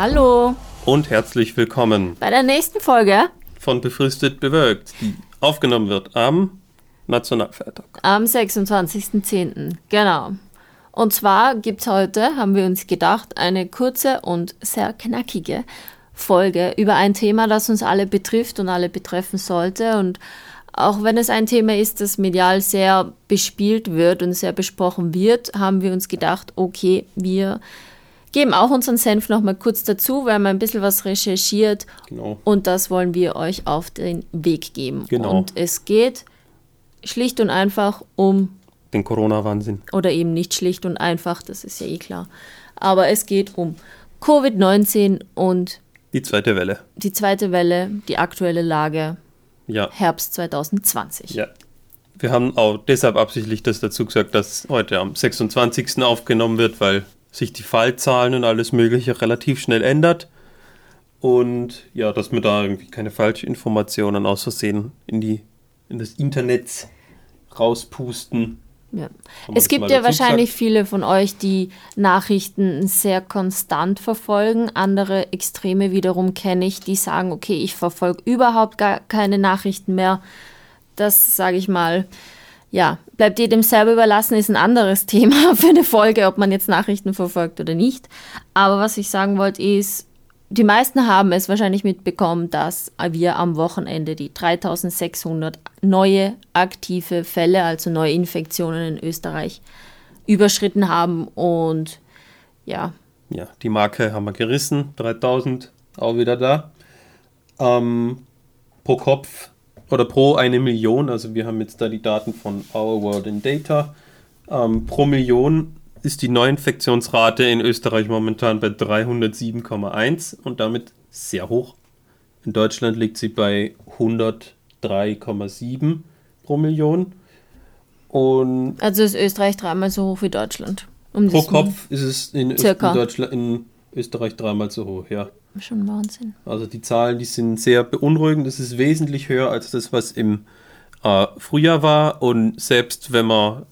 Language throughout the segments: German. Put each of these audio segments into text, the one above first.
Hallo und herzlich willkommen bei der nächsten Folge von Befristet bewölkt, die aufgenommen wird am Nationalfeiertag. Am 26.10. Genau. Und zwar gibt's heute, haben wir uns gedacht, eine kurze und sehr knackige Folge über ein Thema, das uns alle betrifft und alle betreffen sollte. Und auch wenn es ein Thema ist, das medial sehr bespielt wird und sehr besprochen wird, haben wir uns gedacht, okay, wir geben auch unseren Senf nochmal kurz dazu, weil wir ein bisschen was recherchiert. Genau. Und das wollen wir euch auf den Weg geben. Genau. Und es geht schlicht und einfach um den Corona-Wahnsinn. Oder eben nicht schlicht und einfach, das ist ja eh klar. Aber es geht um Covid-19 und die zweite Welle. Die zweite Welle, die aktuelle Lage, ja. Herbst 2020. Ja. Wir haben auch deshalb absichtlich das dazu gesagt, dass heute am 26. aufgenommen wird, weil sich die Fallzahlen und alles Mögliche relativ schnell ändert. Und ja, dass wir da irgendwie keine Falschinformationen aus Versehen in das Internet rauspusten. Ja. Es gibt ja wahrscheinlich viele von euch, die Nachrichten sehr konstant verfolgen. Andere Extreme wiederum kenne ich, die sagen, okay, ich verfolge überhaupt gar keine Nachrichten mehr. Das, sage ich mal, ja, bleibt jedem selber überlassen, ist ein anderes Thema für eine Folge, ob man jetzt Nachrichten verfolgt oder nicht. Aber was ich sagen wollte ist, die meisten haben es wahrscheinlich mitbekommen, dass wir am Wochenende die 3600 neue aktive Fälle, also neue Infektionen in Österreich, überschritten haben. Und ja. Ja, die Marke haben wir gerissen, 3000, auch wieder da. Pro Kopf oder pro 1 Million, also wir haben jetzt da die Daten von Our World in Data, pro Million ist die Neuinfektionsrate in Österreich momentan bei 307,1 und damit sehr hoch. In Deutschland liegt sie bei 103,7 pro Million. Und also ist Österreich dreimal so hoch wie Deutschland. Pro Kopf ist es in Österreich dreimal so hoch, ja. Schon Wahnsinn. Also die Zahlen, die sind sehr beunruhigend. Das ist wesentlich höher als das, was im Frühjahr war. Und selbst wenn man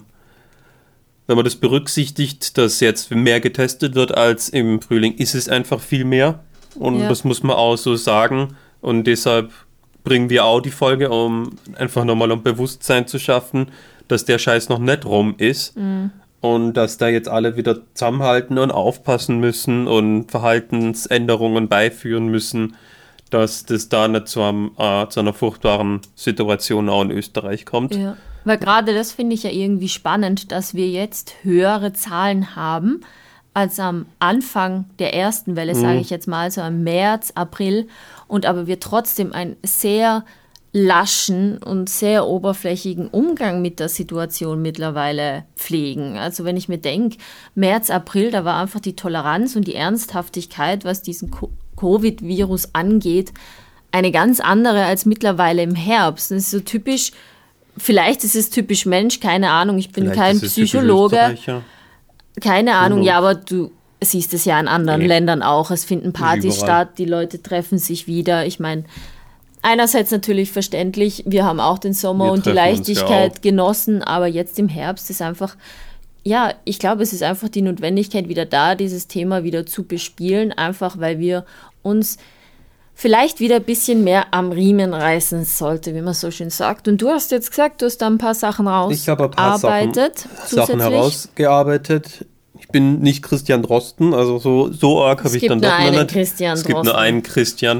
das berücksichtigt, dass jetzt mehr getestet wird als im Frühling, ist es einfach viel mehr. Und das muss man auch so sagen. Und deshalb bringen wir auch die Folge, um einfach nochmal um Bewusstsein zu schaffen, dass der Scheiß noch nicht rum ist. Mhm. Und dass da jetzt alle wieder zusammenhalten und aufpassen müssen und Verhaltensänderungen beiführen müssen, dass das da nicht zu einer furchtbaren Situation auch in Österreich kommt. Ja. Weil gerade das finde ich ja irgendwie spannend, dass wir jetzt höhere Zahlen haben als am Anfang der ersten Welle, sage ich jetzt mal, so im März, April. Und aber wir trotzdem einen sehr laschen und sehr oberflächigen Umgang mit der Situation mittlerweile pflegen. Also wenn ich mir denke, März, April, da war einfach die Toleranz und die Ernsthaftigkeit, was diesen Covid-Virus angeht, eine ganz andere als mittlerweile im Herbst. Das ist so typisch. Vielleicht ist es typisch Mensch, keine Ahnung, ich bin vielleicht kein Psychologe. Keine Ahnung, ja, aber du siehst es ja in anderen Ländern auch. Es finden Partys statt, die Leute treffen sich wieder. Ich meine, einerseits natürlich verständlich, wir haben auch den Sommer und die Leichtigkeit genossen, aber jetzt im Herbst ist einfach, ja, ich glaube, es ist einfach die Notwendigkeit wieder da, dieses Thema wieder zu bespielen, einfach weil wir uns vielleicht wieder ein bisschen mehr am Riemen reißen sollte, wie man so schön sagt. Und du hast jetzt gesagt, du hast da ein paar Sachen rausgearbeitet. Ich habe ein paar Sachen herausgearbeitet. Ich bin nicht Christian Drosten, also so arg habe ich dann doch noch nicht. Es gibt nur einen Christian.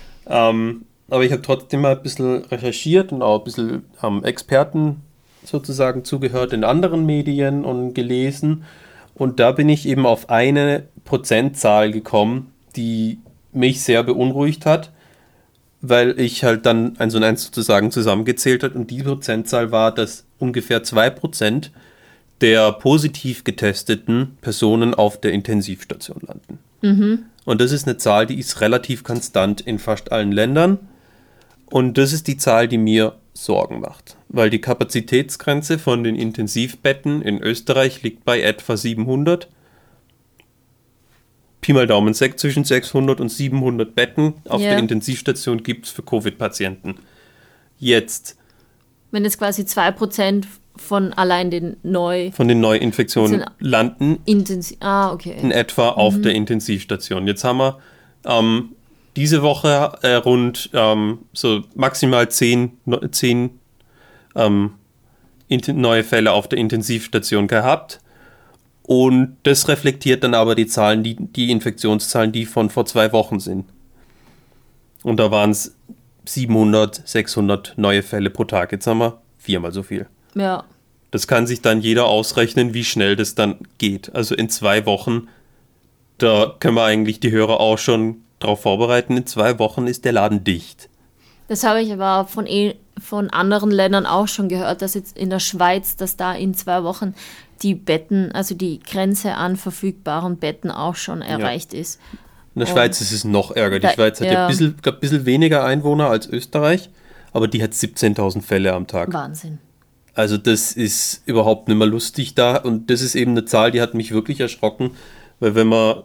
Aber ich habe trotzdem mal ein bisschen recherchiert und auch ein bisschen Experten sozusagen zugehört in anderen Medien und gelesen. Und da bin ich eben auf eine Prozentzahl gekommen, die mich sehr beunruhigt hat, weil ich halt dann 1 und 1 sozusagen zusammengezählt hat und die Prozentzahl war, dass ungefähr 2% der positiv getesteten Personen auf der Intensivstation landen. Mhm. Und das ist eine Zahl, die ist relativ konstant in fast allen Ländern und das ist die Zahl, die mir Sorgen macht, weil die Kapazitätsgrenze von den Intensivbetten in Österreich liegt bei etwa 700. Pi mal Daumen, zwischen 600 und 700 Betten auf der Intensivstation gibt es für Covid-Patienten. Jetzt. Wenn jetzt quasi 2% von allein den Neuinfektionen landen in etwa auf der Intensivstation. Jetzt haben wir diese Woche rund so maximal 10 neue Fälle auf der Intensivstation gehabt. Und das reflektiert dann aber die Zahlen, die Infektionszahlen, die von vor 2 Wochen sind. Und da waren es 700, 600 neue Fälle pro Tag. Jetzt haben wir 4-mal so viel. Ja. Das kann sich dann jeder ausrechnen, wie schnell das dann geht. Also in 2 Wochen, da können wir eigentlich die Hörer auch schon darauf vorbereiten, in 2 Wochen ist der Laden dicht. Das habe ich aber von anderen Ländern auch schon gehört, dass jetzt in der Schweiz, dass da in 2 Wochen die Betten, also die Grenze an verfügbaren Betten auch schon erreicht ist. In der Schweiz ist es noch ärger. Die Schweiz hat ja ein bisschen weniger Einwohner als Österreich, aber die hat 17.000 Fälle am Tag. Wahnsinn. Also das ist überhaupt nicht mehr lustig da und das ist eben eine Zahl, die hat mich wirklich erschrocken, weil wenn man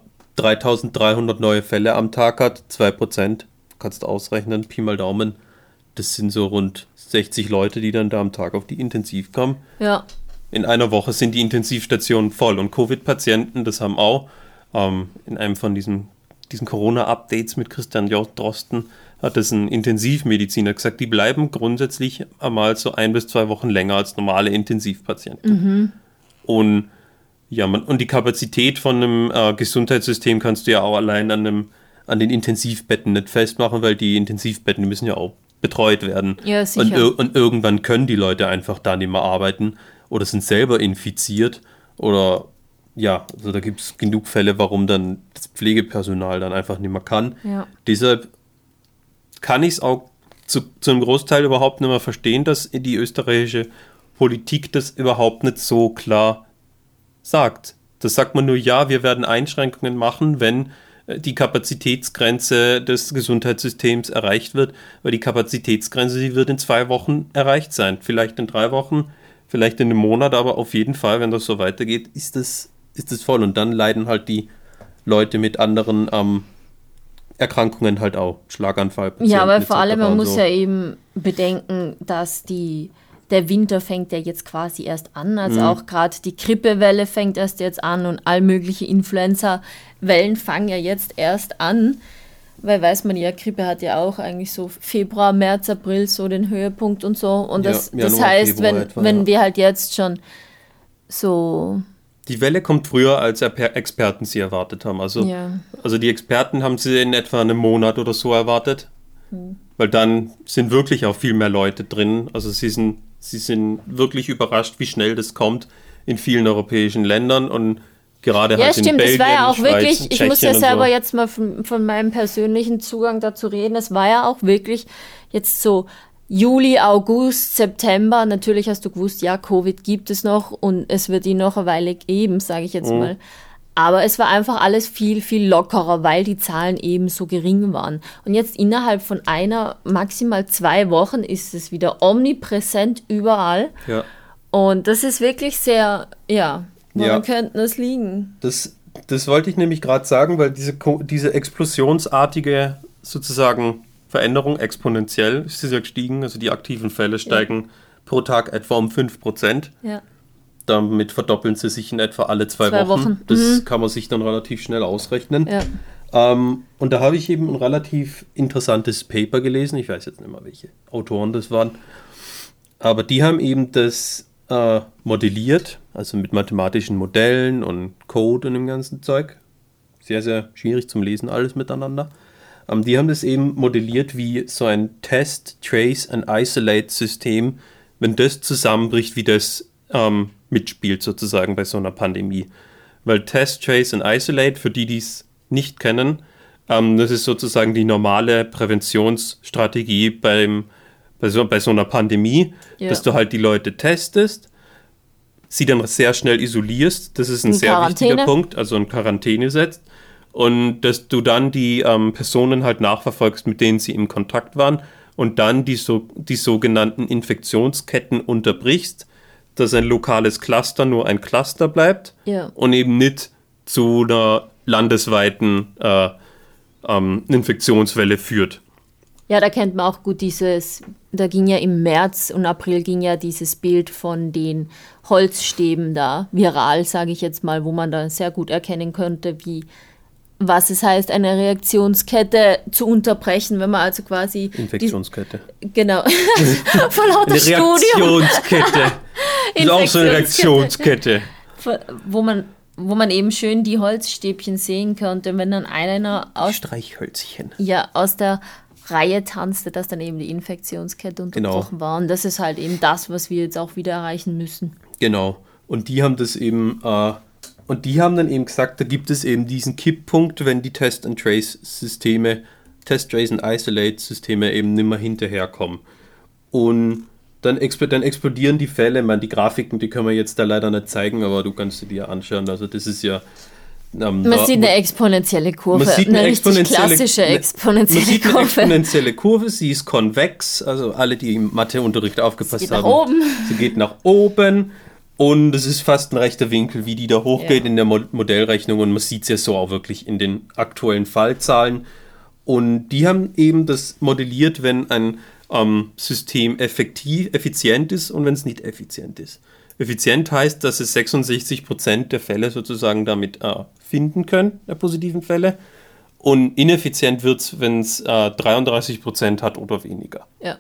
3.300 neue Fälle am Tag hat, 2%, kannst du ausrechnen, Pi mal Daumen, das sind so rund 60 Leute, die dann da am Tag auf die Intensiv kommen. Ja. In einer Woche sind die Intensivstationen voll und Covid-Patienten, das haben auch in einem von diesen Corona-Updates mit Christian Drosten, hat es ein Intensivmediziner gesagt, die bleiben grundsätzlich einmal so 1 bis 2 Wochen länger als normale Intensivpatienten. Und die Kapazität von einem Gesundheitssystem kannst du ja auch allein an den Intensivbetten nicht festmachen, weil die Intensivbetten, die müssen ja auch betreut werden. Ja, sicher. Und irgendwann können die Leute einfach da nicht mehr arbeiten oder sind selber infiziert oder also da gibt es genug Fälle, warum dann das Pflegepersonal dann einfach nicht mehr kann. Ja. Deshalb kann ich es auch zu einem Großteil überhaupt nicht mehr verstehen, dass die österreichische Politik das überhaupt nicht so klar sagt. Das sagt man nur, wir werden Einschränkungen machen, wenn die Kapazitätsgrenze des Gesundheitssystems erreicht wird, weil die Kapazitätsgrenze, die wird in 2 Wochen erreicht sein. Vielleicht in 3 Wochen, vielleicht in einem Monat, aber auf jeden Fall, wenn das so weitergeht, ist es voll. Und dann leiden halt die Leute mit anderen Erkrankungen halt auch. Schlaganfall. Ja, aber vor allem, man muss ja eben bedenken, dass der Winter fängt ja jetzt quasi erst an. Also auch gerade die Grippewelle fängt erst jetzt an und all mögliche Influenza-Wellen fangen ja jetzt erst an. Weil weiß man ja, Grippe hat ja auch eigentlich so Februar, März, April so den Höhepunkt und so. Und das heißt, wenn wir halt jetzt schon so... Die Welle kommt früher, als Experten sie erwartet haben. Also die Experten haben sie in etwa einem Monat oder so erwartet. Weil dann sind wirklich auch viel mehr Leute drin. Also sie sind wirklich überrascht, wie schnell das kommt in vielen europäischen Ländern und gerade halt in Belgien, es war ja auch Schweiz, wirklich, Tschechien ich muss ja selber jetzt mal von meinem persönlichen Zugang dazu reden, es war ja auch wirklich jetzt so Juli, August, September, natürlich hast du gewusst, Covid gibt es noch und es wird ihn noch eine Weile geben, sage ich jetzt mal. Aber es war einfach alles viel, viel lockerer, weil die Zahlen eben so gering waren. Und jetzt innerhalb von maximal 2 Wochen ist es wieder omnipräsent überall. Ja. Und das ist wirklich sehr, woran könnte das liegen? Das wollte ich nämlich gerade sagen, weil diese explosionsartige sozusagen Veränderung exponentiell ist ja gestiegen. Also die aktiven Fälle steigen pro Tag etwa um 5%. Ja. Damit verdoppeln sie sich in etwa alle 2 Wochen. Das kann man sich dann relativ schnell ausrechnen. Ja. Und da habe ich eben ein relativ interessantes Paper gelesen. Ich weiß jetzt nicht mehr, welche Autoren das waren. Aber die haben eben das modelliert, also mit mathematischen Modellen und Code und dem ganzen Zeug. Sehr, sehr schwierig zum Lesen, alles miteinander. Die haben das eben modelliert wie so ein Test, Trace and Isolate-System, wenn das zusammenbricht, wie das mitspielt sozusagen bei so einer Pandemie. Weil Test, Trace and Isolate, für die es nicht kennen, das ist sozusagen die normale Präventionsstrategie bei so einer Pandemie, dass du halt die Leute testest, sie dann sehr schnell isolierst, das ist ein sehr wichtiger Punkt, also in Quarantäne setzt, und dass du dann die Personen halt nachverfolgst, mit denen sie im Kontakt waren und dann die sogenannten Infektionsketten unterbrichst, dass ein lokales Cluster nur ein Cluster bleibt und eben nicht zu einer landesweiten Infektionswelle führt. Ja, da kennt man auch gut da ging ja im März und April ging ja dieses Bild von den Holzstäben da viral, sage ich jetzt mal, wo man da sehr gut erkennen könnte, was es heißt, eine Reaktionskette zu unterbrechen, wenn man also quasi... Infektionskette. Genau. Von lauter eine Reaktionskette. Ist auch so eine Reaktionskette. Wo man eben schön die Holzstäbchen sehen könnte, wenn dann einer Streichhölzchen. Ja, aus der Reihe tanzte, dass dann eben die Infektionskette unterbrochen war. Und das ist halt eben das, was wir jetzt auch wieder erreichen müssen. Genau. Und die haben das eben... Und die haben dann eben gesagt, da gibt es eben diesen Kipppunkt, wenn die Test-and-Trace-Systeme, Test-Trace-and-Isolate-Systeme eben nicht mehr hinterherkommen. Und dann explodieren die Fälle. Ich meine, die Grafiken, die können wir jetzt da leider nicht zeigen, aber du kannst sie dir anschauen. Also das ist ja... man sieht eine exponentielle Kurve, eine klassische exponentielle Kurve. Eine exponentielle Kurve, sie ist konvex, also alle, die im Matheunterricht aufgepasst haben. Sie geht nach oben. Und es ist fast ein rechter Winkel, wie die da hochgeht in der Modellrechnung. Und man sieht es ja so auch wirklich in den aktuellen Fallzahlen. Und die haben eben das modelliert, wenn ein System effizient ist und wenn es nicht effizient ist. Effizient heißt, dass es 66% der Fälle sozusagen damit finden können, der positiven Fälle. Und ineffizient wird es, wenn es 33% hat oder weniger. Ja.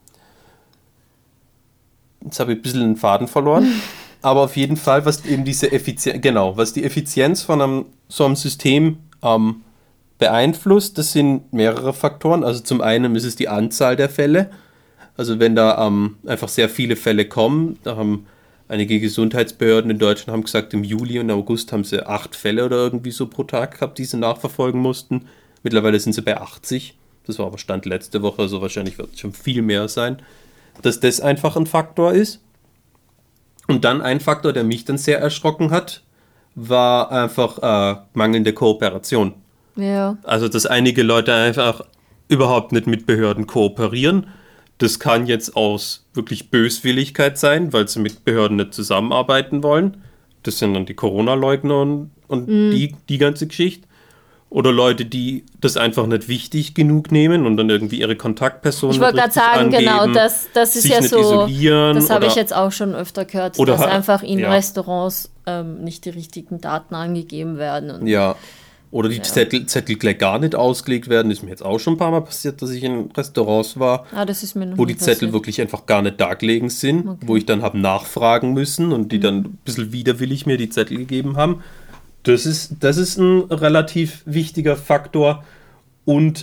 Jetzt habe ich ein bisschen den Faden verloren. Aber auf jeden Fall, was eben die Effizienz von so einem System beeinflusst, das sind mehrere Faktoren. Also zum einen ist es die Anzahl der Fälle. Also wenn da einfach sehr viele Fälle kommen, da haben einige Gesundheitsbehörden in Deutschland haben gesagt, im Juli und August haben sie 8 Fälle oder irgendwie so pro Tag gehabt, die sie nachverfolgen mussten. Mittlerweile sind sie bei 80. Das war aber Stand letzte Woche, also wahrscheinlich wird es schon viel mehr sein. Dass das einfach ein Faktor ist. Und dann ein Faktor, der mich dann sehr erschrocken hat, war einfach mangelnde Kooperation. Ja. Also, dass einige Leute einfach überhaupt nicht mit Behörden kooperieren. Das kann jetzt aus wirklich Böswilligkeit sein, weil sie mit Behörden nicht zusammenarbeiten wollen. Das sind dann die Corona-Leugner und die ganze Geschichte. Oder Leute, die das einfach nicht wichtig genug nehmen und dann irgendwie ihre Kontaktpersonen ich wollte gerade sagen, angeben, genau, das ist ja so, das habe ich jetzt auch schon öfter gehört, dass einfach in Restaurants nicht die richtigen Daten angegeben werden. Und oder die Zettel gleich gar nicht ausgelegt werden. Ist mir jetzt auch schon ein paar Mal passiert, dass ich in Restaurants war, das ist mir noch wo die Zettel wirklich einfach gar nicht dargelegen sind, wo ich dann habe nachfragen müssen und die dann ein bisschen widerwillig mir die Zettel gegeben haben. Das ist ein relativ wichtiger Faktor und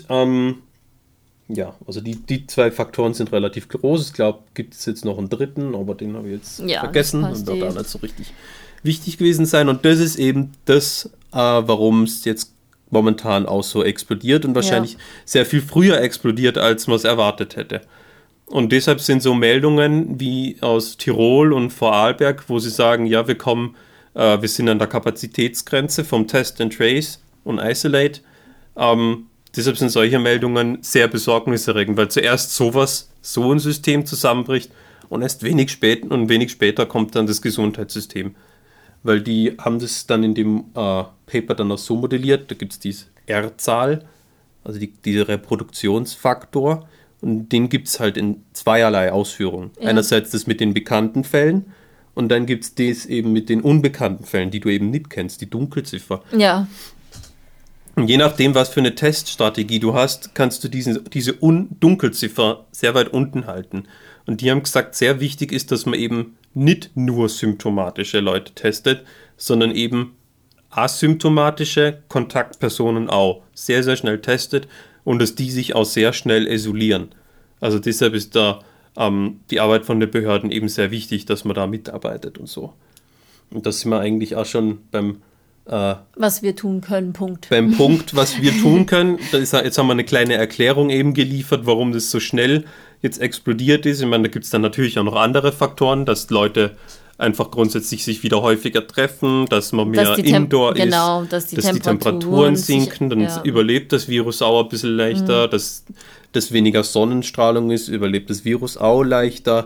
also die 2 Faktoren sind relativ groß. Ich glaube, gibt es jetzt noch einen dritten, aber den habe ich jetzt vergessen und wird da nicht so richtig wichtig gewesen sein. Und das ist eben das, warum es jetzt momentan auch so explodiert und wahrscheinlich sehr viel früher explodiert, als man es erwartet hätte. Und deshalb sind so Meldungen wie aus Tirol und Vorarlberg, wo sie sagen, ja, wir sind an der Kapazitätsgrenze vom Test and Trace und Isolate. Deshalb sind solche Meldungen sehr besorgniserregend, weil zuerst so ein System zusammenbricht und erst wenig später kommt dann das Gesundheitssystem. Weil die haben das dann in dem Paper dann auch so modelliert, da gibt es diese R-Zahl, also dieser Reproduktionsfaktor, und den gibt es halt in zweierlei Ausführungen. Ja. Einerseits das mit den bekannten Fällen, und dann gibt es das eben mit den unbekannten Fällen, die du eben nicht kennst, die Dunkelziffer. Ja. Und je nachdem, was für eine Teststrategie du hast, kannst du diese Dunkelziffer sehr weit unten halten. Und die haben gesagt, sehr wichtig ist, dass man eben nicht nur symptomatische Leute testet, sondern eben asymptomatische Kontaktpersonen auch sehr, sehr schnell testet und dass die sich auch sehr schnell isolieren. Also deshalb ist da die Arbeit von den Behörden eben sehr wichtig, dass man da mitarbeitet und so. Und das sind wir eigentlich auch schon beim was wir tun können, Punkt. Beim Punkt, was wir tun können. Jetzt haben wir eine kleine Erklärung eben geliefert, warum das so schnell jetzt explodiert ist. Ich meine, da gibt es dann natürlich auch noch andere Faktoren, dass Leute einfach grundsätzlich sich wieder häufiger treffen, dass man mehr Indoor ist, dass die Temperaturen sinken, dann überlebt das Virus auch ein bisschen leichter, dass weniger Sonnenstrahlung ist, überlebt das Virus auch leichter.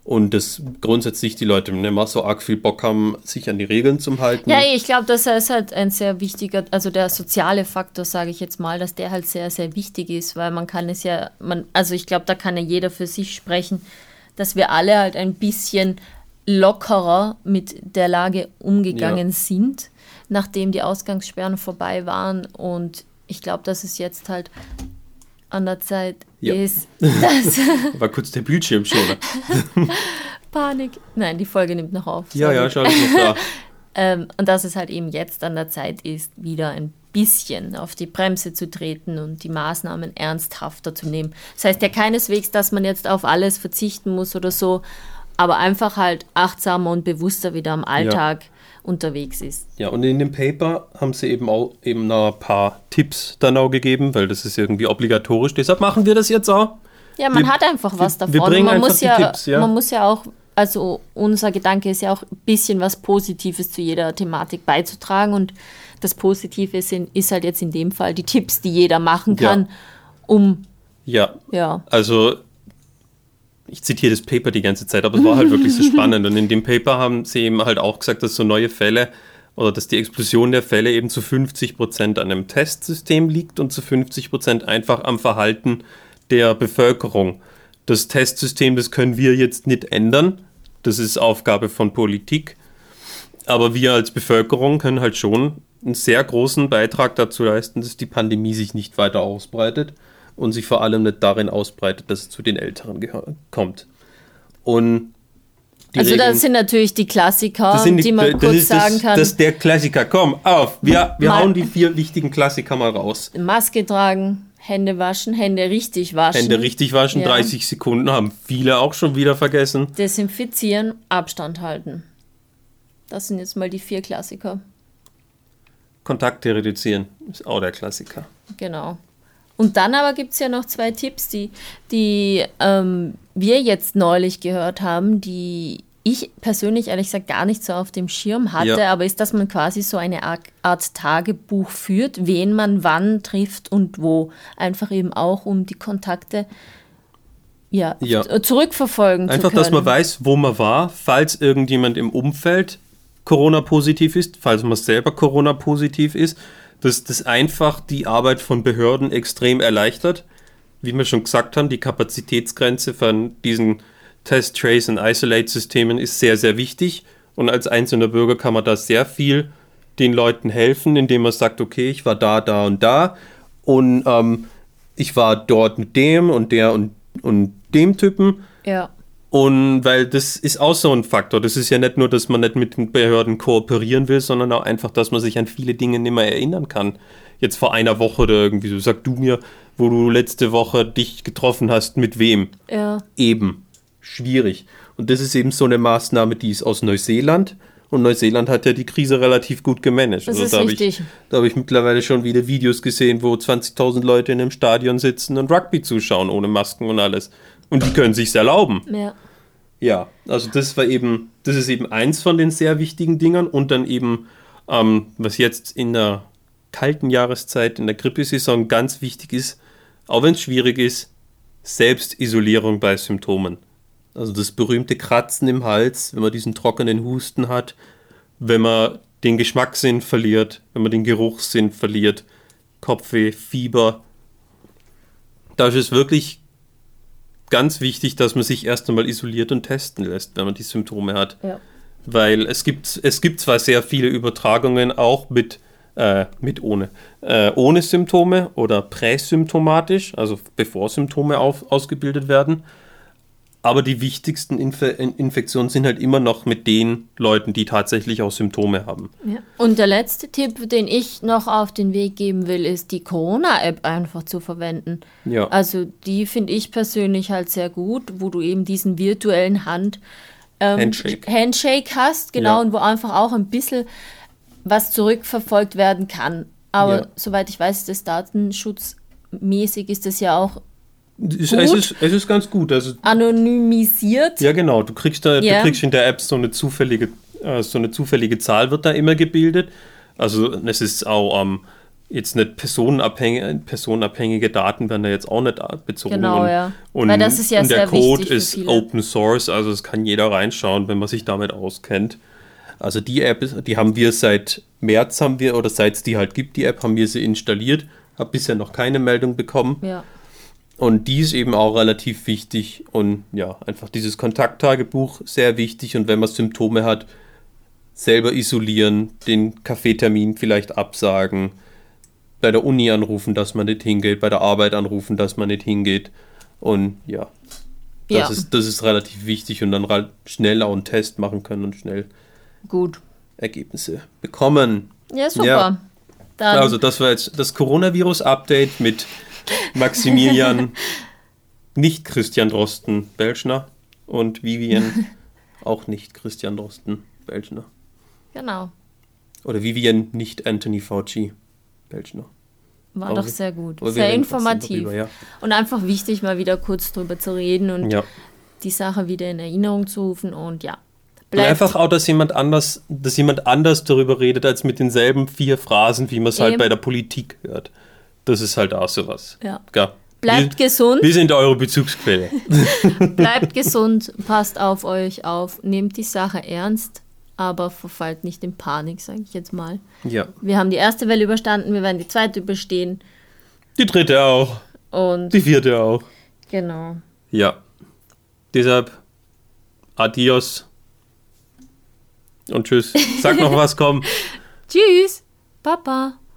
Und dass grundsätzlich die Leute nicht mehr so arg viel Bock haben, sich an die Regeln zu halten. Ja, ich glaube, das ist halt ein sehr wichtiger, also der soziale Faktor, sage ich jetzt mal, dass der halt sehr, sehr wichtig ist, weil man kann es ja, also ich glaube, da kann ja jeder für sich sprechen, dass wir alle halt ein bisschen lockerer mit der Lage umgegangen sind, nachdem die Ausgangssperren vorbei waren. Und ich glaube, dass es jetzt halt an der Zeit ist, dass... War kurz der Bildschirm schon. Panik. Nein, die Folge nimmt noch auf. Ja, schau ich noch da. Und dass es halt eben jetzt an der Zeit ist, wieder ein bisschen auf die Bremse zu treten und die Maßnahmen ernsthafter zu nehmen. Das heißt ja keineswegs, dass man jetzt auf alles verzichten muss oder so, aber einfach halt achtsamer und bewusster wieder am Alltag unterwegs ist. Ja, und in dem Paper haben sie eben auch noch ein paar Tipps dann auch gegeben, weil das ist irgendwie obligatorisch. Deshalb machen wir das jetzt auch. Ja, man hat einfach was davon. Wir bringen man einfach die Tipps, Man muss ja auch, also unser Gedanke ist ja auch ein bisschen was Positives zu jeder Thematik beizutragen und das Positive ist halt jetzt in dem Fall die Tipps, die jeder machen kann, also ich zitiere das Paper die ganze Zeit, aber es war halt wirklich so spannend. Und in dem Paper haben sie eben halt auch gesagt, dass so neue Fälle oder dass die Explosion der Fälle eben zu 50% an einem Testsystem liegt und zu 50% einfach am Verhalten der Bevölkerung. Das Testsystem, das können wir jetzt nicht ändern. Das ist Aufgabe von Politik. Aber wir als Bevölkerung können halt schon einen sehr großen Beitrag dazu leisten, dass die Pandemie sich nicht weiter ausbreitet. Und sich vor allem nicht darin ausbreitet, dass es zu den Älteren kommt. Und also das sind natürlich die Klassiker, die man kurz sagen kann. Das ist der Klassiker. Komm, auf. Wir hauen die 4 wichtigen Klassiker mal raus. Maske tragen, Hände waschen, Hände richtig waschen. 30 Sekunden haben viele auch schon wieder vergessen. Desinfizieren, Abstand halten. Das sind jetzt mal die 4 Klassiker. Kontakte reduzieren ist auch der Klassiker. Genau. Und dann aber gibt es ja noch 2 Tipps, die wir jetzt neulich gehört haben, die ich persönlich ehrlich gesagt gar nicht so auf dem Schirm hatte, aber ist, dass man quasi so eine Art Tagebuch führt, wen man wann trifft und wo. Einfach eben auch, um die Kontakte zurückverfolgen zu können. Einfach, dass man weiß, wo man war, falls irgendjemand im Umfeld Corona-positiv ist, falls man selber Corona-positiv ist, dass das einfach die Arbeit von Behörden extrem erleichtert. Wie wir schon gesagt haben, die Kapazitätsgrenze von diesen Test, Trace und Isolate-Systemen ist sehr, sehr wichtig. Und als einzelner Bürger kann man da sehr viel den Leuten helfen, indem man sagt, okay, ich war da und da und ich war dort mit dem und der und dem Typen. Ja. Und weil das ist auch so ein Faktor. Das ist ja nicht nur, dass man nicht mit den Behörden kooperieren will, sondern auch einfach, dass man sich an viele Dinge nicht mehr erinnern kann. Jetzt vor einer Woche oder irgendwie so, sag du mir, wo du letzte Woche dich getroffen hast, mit wem? Ja. Eben. Schwierig. Und das ist eben so eine Maßnahme, die ist aus Neuseeland. Und Neuseeland hat ja die Krise relativ gut gemanagt. Das ist richtig. Da habe ich mittlerweile schon wieder Videos gesehen, wo 20.000 Leute in einem Stadion sitzen und Rugby zuschauen, ohne Masken und alles. Und die können sich's erlauben. Ja. Ja, also das ist eben eins von den sehr wichtigen Dingern. Und dann eben, was jetzt in der kalten Jahreszeit, in der Grippesaison ganz wichtig ist, auch wenn es schwierig ist, Selbstisolierung bei Symptomen. Also das berühmte Kratzen im Hals, wenn man diesen trockenen Husten hat, wenn man den Geschmackssinn verliert, wenn man den Geruchssinn verliert, Kopfweh, Fieber. Da ist es wirklich ganz wichtig, dass man sich erst einmal isoliert und testen lässt, wenn man die Symptome hat. Ja. Weil es gibt zwar sehr viele Übertragungen auch ohne Symptome oder präsymptomatisch, also bevor Symptome ausgebildet werden. Aber die wichtigsten Infektionen sind halt immer noch mit den Leuten, die tatsächlich auch Symptome haben. Ja. Und der letzte Tipp, den ich noch auf den Weg geben will, ist die Corona-App einfach zu verwenden. Ja. Also die finde ich persönlich halt sehr gut, wo du eben diesen virtuellen Handshake hast, genau, und wo einfach auch ein bisschen was zurückverfolgt werden kann. Aber soweit ich weiß, das datenschutzmäßig ist das ja auch es ist ganz gut. Also, anonymisiert. Ja, genau. Du kriegst in der App so eine zufällige Zahl wird da immer gebildet. Also es ist auch jetzt nicht personenabhängige Daten werden da jetzt auch nicht bezogen. Genau, ja. Und, weil das ist ja und sehr der Code wichtig ist Open Source, also es kann jeder reinschauen, wenn man sich damit auskennt. Also die App, die haben wir seit März oder seit es die halt gibt, die App, haben wir sie installiert. Habe bisher noch keine Meldung bekommen. Ja. Und die ist eben auch relativ wichtig. Und ja, einfach dieses Kontakttagebuch sehr wichtig. Und wenn man Symptome hat, selber isolieren, den Kaffeetermin vielleicht absagen, bei der Uni anrufen, dass man nicht hingeht, bei der Arbeit anrufen, dass man nicht hingeht. Und ja, das ist relativ wichtig und dann schnell auch einen Test machen können und schnell gut Ergebnisse bekommen. Ja, super. Ja. Also das war jetzt das Coronavirus-Update mit Maximilian, nicht Christian Drosten-Belschner und Vivian, auch nicht Christian Drosten-Belschner. Genau. Oder Vivian, nicht Anthony Fauci. Belschner. War doch sehr gut. Sehr informativ. Darüber, ja. Und einfach wichtig, mal wieder kurz drüber zu reden und die Sache wieder in Erinnerung zu rufen. Und ja, und einfach auch, dass jemand anders darüber redet, als mit denselben 4 Phrasen, wie man es halt bei der Politik hört. Das ist halt auch sowas. Ja. Bleibt gesund. Wir sind eure Bezugsquelle. Bleibt gesund, passt auf euch auf, nehmt die Sache ernst. Aber verfallt nicht in Panik, sage ich jetzt mal. Ja. Wir haben die erste Welle überstanden, wir werden die zweite überstehen. Die dritte auch. Und die 4. auch. Genau. Ja. Deshalb adios. Und tschüss. Sag noch was, komm. Tschüss. Papa.